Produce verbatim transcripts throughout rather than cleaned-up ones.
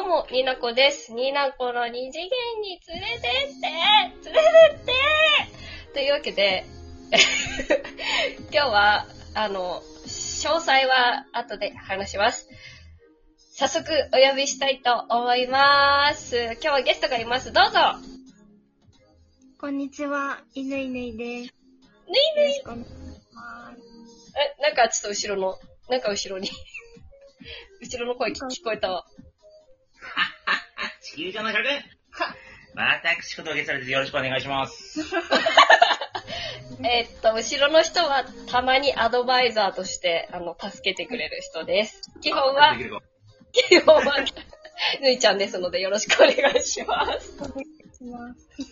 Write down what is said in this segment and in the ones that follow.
も、になこです。になこの二次元に連れてって連れてってというわけで、今日は、あの、詳細は後で話します。早速お呼びしたいと思います。今日はゲストがいます。どうぞ。 こんにちは、いぬいぬいです。 ぬいぬい。 よろしくお願いします。 え、なんかちょっと後ろの、なんか後ろに、後ろの声聞こえたわ。はっはっは、地球上の百は私ことゲストです。よろしくお願いします。 えっと、後ろの人はたまにアドバイザーとして、あの、助けてくれる人です。基本は、基本は、ぬいちゃんですのでよろしくお願いします。 お願いします。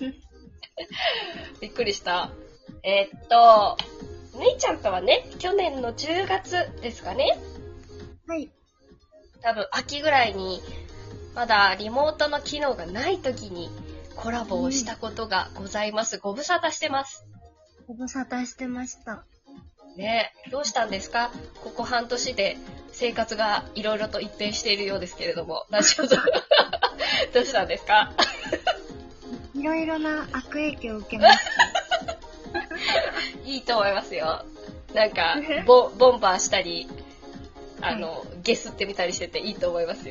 びっくりした。えっと、ぬいちゃんとはね、去年のじゅうがつですかね。 はい。 多分、秋ぐらいに、まだリモートの機能がない時にコラボをしたことがございます。うん、ご無沙汰してます。 ご無沙汰してました。 ねえ、どうしたんですか？ここ半年で生活がいろいろと一変しているようですけれども、大丈夫どうしたんですか？ いろいろな悪影響を受けました。 いいと思いますよ。なんか、ボ、ボンバーしたり、あの、はい、ゲスってみたりしてていいと思いますよ。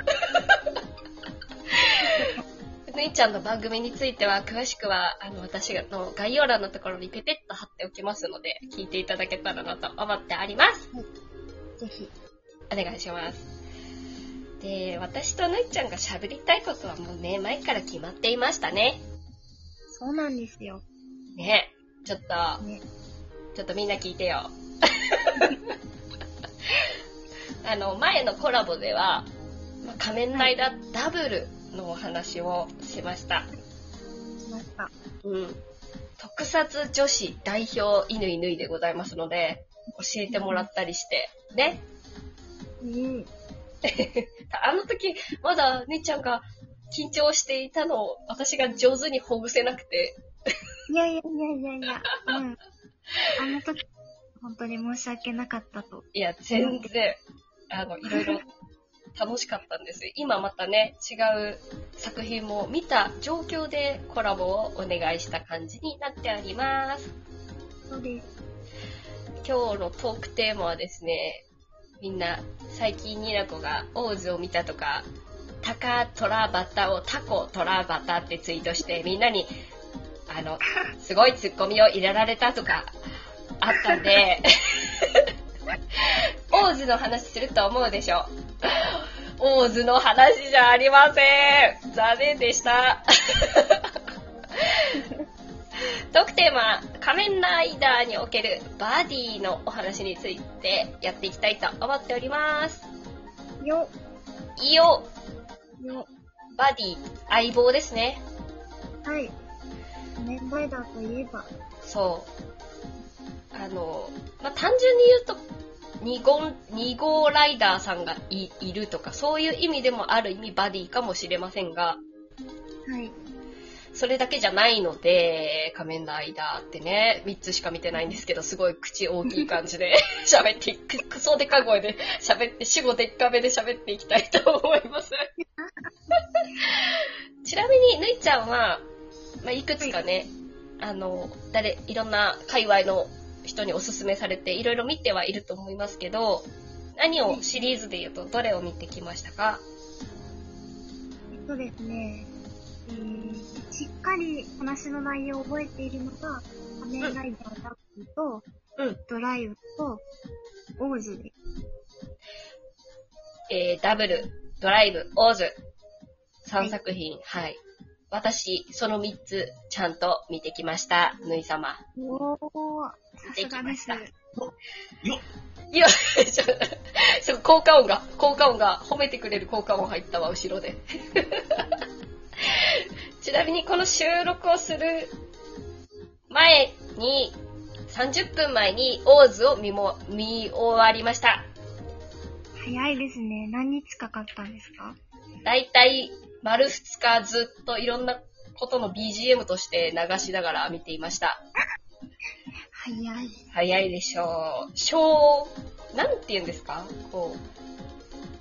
ぬいちゃんの番組については、詳しくは、あの、私の概要欄のところにペペッと貼っておきますので、聞いていただけたらなと思っております。 はい。ぜひ。 お願いします。で、私とぬいちゃんが喋りたいことはもうね、前から決まっていましたね。 そうなんですよ。 ね、ちょっと、ね、ちょっとみんな聞いてよ。あの、前のコラボでは、まあ、仮面ライダーダブルのお話をしました。 しました。 うん。特撮女子代表いぬいぬいでございますので、教えてもらったりして、ね。 うん。 あの時、まだねちゃんが緊張していたのを私が上手にほぐせなくて。 いやいやいやいやいや、うん。あの時、本当に申し訳なかったと。 いや、全然、あの、いろいろ楽しかったんです。今またね、違う作品も見た状況でコラボをお願いした感じになっております。 そうです。 今日のトークテーマはですね、みんな最近ニナコがオーズを見たとか、タカトラバタをタコトラバタってツイートしてみんなにあのすごいツッコミを入れられたとかあったんでオーズの話すると思うでしょ。オーズの話じゃありません。残念でした。トークテーマ、仮面ライダーにおけるバディのお話についてやっていきたいと思っております。 よいよよバディ、相棒ですね。 はい。仮面ライダーといえば。 そう。あの、まあ、単純に言うと、二号、二号ライダーさんが い, いるとか、そういう意味でもある意味バディかもしれませんが、 はい。 それだけじゃないので、仮面ライダーってね、みっつしか見てないんですけど、すごい口大きい感じで喋っていく、クソデカ声で喋って、死後でっかめで喋っていきたいと思います。ちなみに、ぬいちゃんは、まあ、いくつかね、はい、あの、誰、いろんな界隈の人におすすめされて、いろいろ見てはいると思いますけど、何をシリーズで言うと、どれを見てきましたか？ えっとですね、えー、しっかり話の内容を覚えているのが、仮面ライダーダブルと、うん、ドライブと、オーズです。 えー、ダブル、ドライブ、オーズ。さんさく品、はい、はい。私、そのみっつ、ちゃんと見てきました。ぬい様。 おー、さすがです。よっいや、ちょ、効果音が、効果音が、褒めてくれる効果音入ったわ、後ろで。ちなみにこの収録をする前に、さんじゅっぷんまえにオーズを見も、見終わりました。 早いですね。何日かかったんですか？ だいたい丸ふつかずっといろんなことの ビージーエム として流しながら見ていました。 早い。 早いでしょう。小、なんて言うんですか？こう、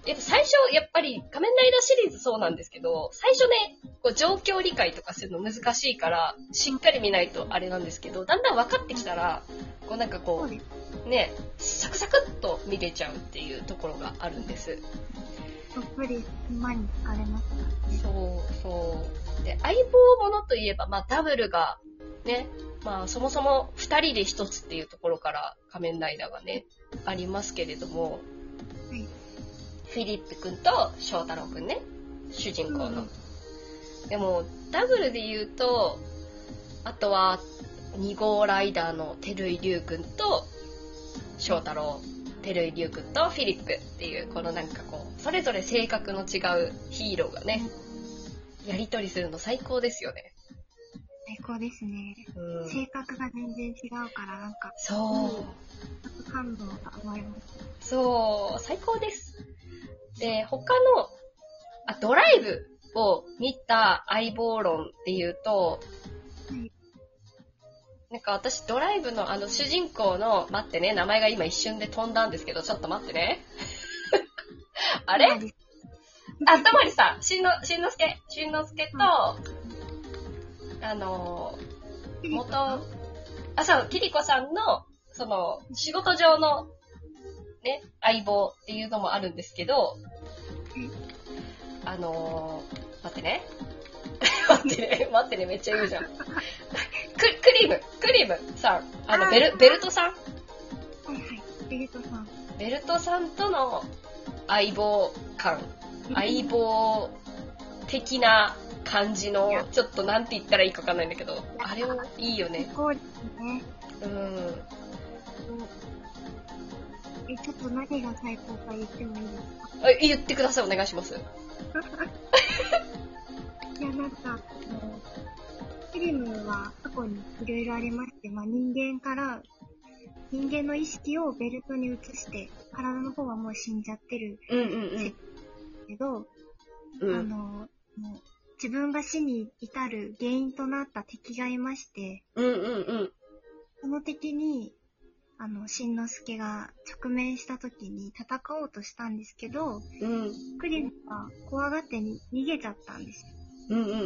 やっぱ最初、やっぱり仮面ライダーシリーズそうなんですけど、最初ね、こう状況理解とかするの難しいから、しっかり見ないとあれなんですけど、だんだん分かってきたら、こうなんかこう、ね、サクサクっと見れちゃうっていうところがあるんです。 たっぷり馬に疲れますからね。 そうそう。で、相棒ものといえば、まあダブルが、ね、まあそもそも二人で一つっていうところから仮面ライダーがね、ありますけれども、 はい、 フィリップ君と翔太郎君ね、主人公の。うん、でも、ダブルで言うと、あとは、に号ライダーの照井龍君と、翔太郎、照井龍君とフィリップっていう、このなんかこう、それぞれ性格の違うヒーローがね、やりとりするの最高ですよね。 最高ですね。うん、性格が全然違うから、なんか、 そう。 感動が生まれます。 そう、最高です。で、他の、あ、ドライブを見た相棒論っていうと、はい、なんか私ドライブのあの主人公の、待ってね、名前が今一瞬で飛んだんですけど、ちょっと待ってね。あれあ、たまりさん、しんの、しんのすけ、しんのすけと、うん、あの、元、あ、そう、キリコさんの、その、仕事上の、ね、相棒っていうのもあるんですけど、あのー、待ってね。待ってね、待ってね、めっちゃ言うじゃん。ク、クリーム、クリームさん、あの、ベル、ベルトさん。 はいはい、ベルトさん。 ベルトさんとの相棒感、相棒的な感じの、ちょっとなんて言ったらいいかわかんないんだけど、あれもいいよね。 そうですね。 うん。 え、ちょっと何が最高か言ってもいいですか？ あ、言ってください、お願いします。いや、なんか、あの、フィルムは過去にいろいろありまして、まあ人間から、人間の意識をベルトに移して、体の方はもう死んじゃってる。 うんうんうん。 けど、 うん、 あの、もう自分が死に至る原因となった敵がいまして、 うんうんうん。 その敵に、あの、しんのすけが直面した時に戦おうとしたんですけど、 うん、 クリムは怖がってに逃げちゃったんですよ。 うんうんうんうん。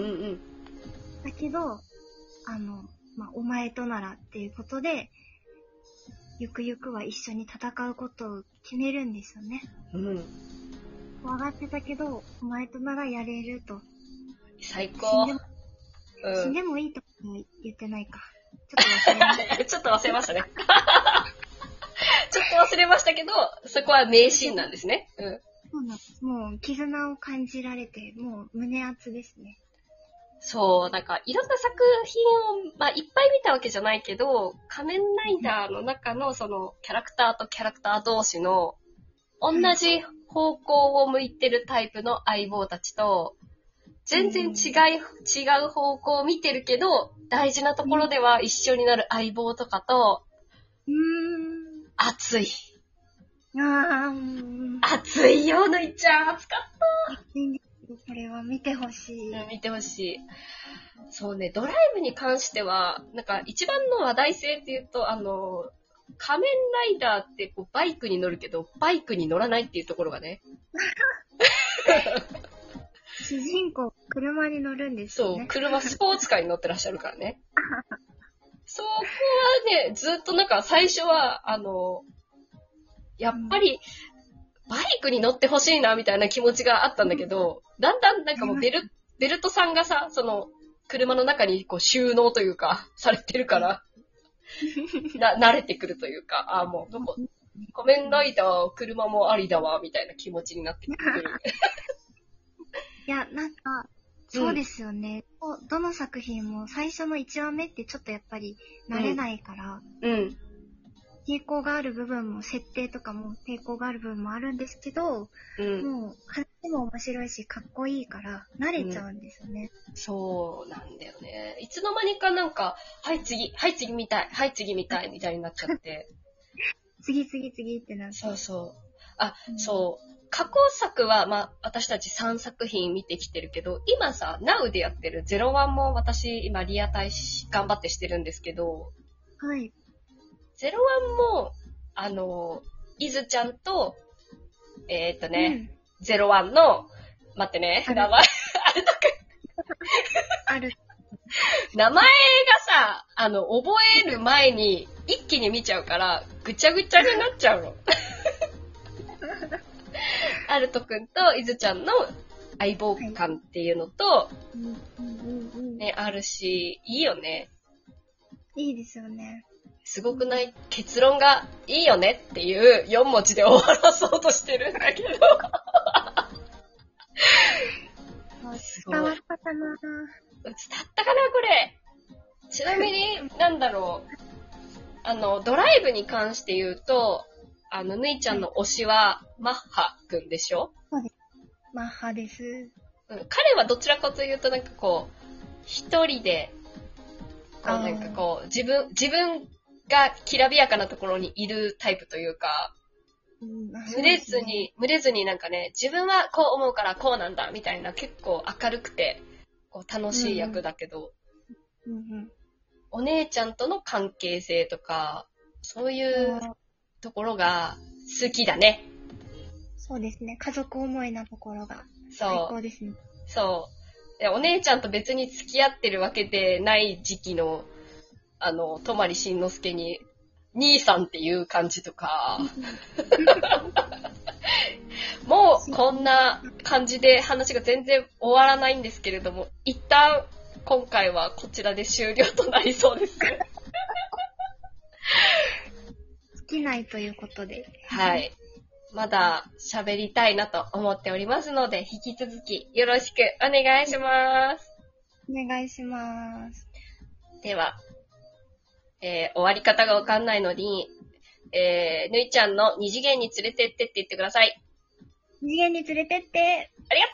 だけど、あの、まあ、お前とならっていうことで、ゆくゆくは一緒に戦うことを決めるんですよね。 うん。 怖がってたけど、お前とならやれると。 最高。 死んでも、 うん、 死んでもいいと言ってないか。ちょっと忘れました。 ちょっと忘れましたね。ちょっと忘れましたけど、そこは名シーンなんですね。うん。 そうなんです。もう、絆を感じられて、もう胸熱ですね。 そう、なんか、いろんな作品を、まあ、いっぱい見たわけじゃないけど、仮面ライダーの中の、その、キャラクターとキャラクター同士の、同じ方向を向いてるタイプの相棒たちと、全然違い、違う方向を見てるけど、大事なところでは一緒になる相棒とかと、 うーん。 熱い。 あー。 熱いよ、ぬいちゃん。熱かった。 これは見てほしい。 見てほしい。そうね、ドライブに関しては、なんか一番の話題性っていうと、あの、仮面ライダーってこうバイクに乗るけど、バイクに乗らないっていうところがね。 主人公、車に乗るんですよね。 そう、車、スポーツカーに乗ってらっしゃるからね。そこはね、ずっとなんか最初は、あの、やっぱり、バイクに乗ってほしいな、みたいな気持ちがあったんだけど、だんだんなんかもうベル、ベルトさんがさ、その、車の中にこう収納というか、されてるから、な、慣れてくるというか、ああ、もう、どこ、仮面ライダー、車もありだわ、みたいな気持ちになってくる。 いや、なんか、そうですよね。うん、どの作品も最初のいちわめってちょっとやっぱり慣れないから、 うん。うん抵抗がある部分も、設定とかも抵抗がある部分もあるんですけど、うん、もう話も面白いしかっこいいから慣れちゃうんですよね、 うん、そうなんだよね。いつの間にかなんか、はい次、はい次見たい、はい次見たいみたいになっちゃって。 次次次ってなって。 そうそう。あ、うん、そう。過去作は、まあ、私たちさんさく品見てきてるけど、今さ、ナウでやってるゼロワンも私、今リアタイ頑張ってしてるんですけど、 はい。 ゼロワンも、あの、イズちゃんと、えー、っとね、 ゼロワンの、待ってね、名前、あれとか。 ある。 名前がさ、あの、覚える前に一気に見ちゃうから、ぐちゃぐちゃになっちゃうの。アルトくんとイズちゃんの相棒感っていうのと、ね、あるし、いいよね。 いいですよね。 すごくない？結論がいいよねっていうよん文字で終わらそうとしてるんだけど。 伝わったかな？ 伝ったかなこれ。ちなみに、なんだろう。あの、ドライブに関して言うと、あの、ぬいちゃんの推しは、マッハくんでしょ？ そうです。マッハです。 うん、彼はどちらかというと、なんかこう、一人で、こうなんかこう、自分、自分がきらびやかなところにいるタイプというか、 うん、 群れずに、群れずになんかね、自分はこう思うからこうなんだ、みたいな結構明るくて、こう楽しい役だけど、 うんうんうん、 お姉ちゃんとの関係性とか、そういうところが好きだね。 そうですね。家族思いなところが最高ですね。 そう。で、お姉ちゃんと別に付き合ってるわけでない時期の、あの、泊しんのすけに、兄さんっていう感じとか、もうこんな感じで話が全然終わらないんですけれども、一旦今回はこちらで終了となりそうです。 尽きないということで。 はい。まだ喋りたいなと思っておりますので、引き続きよろしくお願いします。 お願いします。 では、えー、終わり方がわかんないのに、えー、ぬいちゃんの二次元に連れてってって言ってください。 二次元に連れてって。 ありがとう。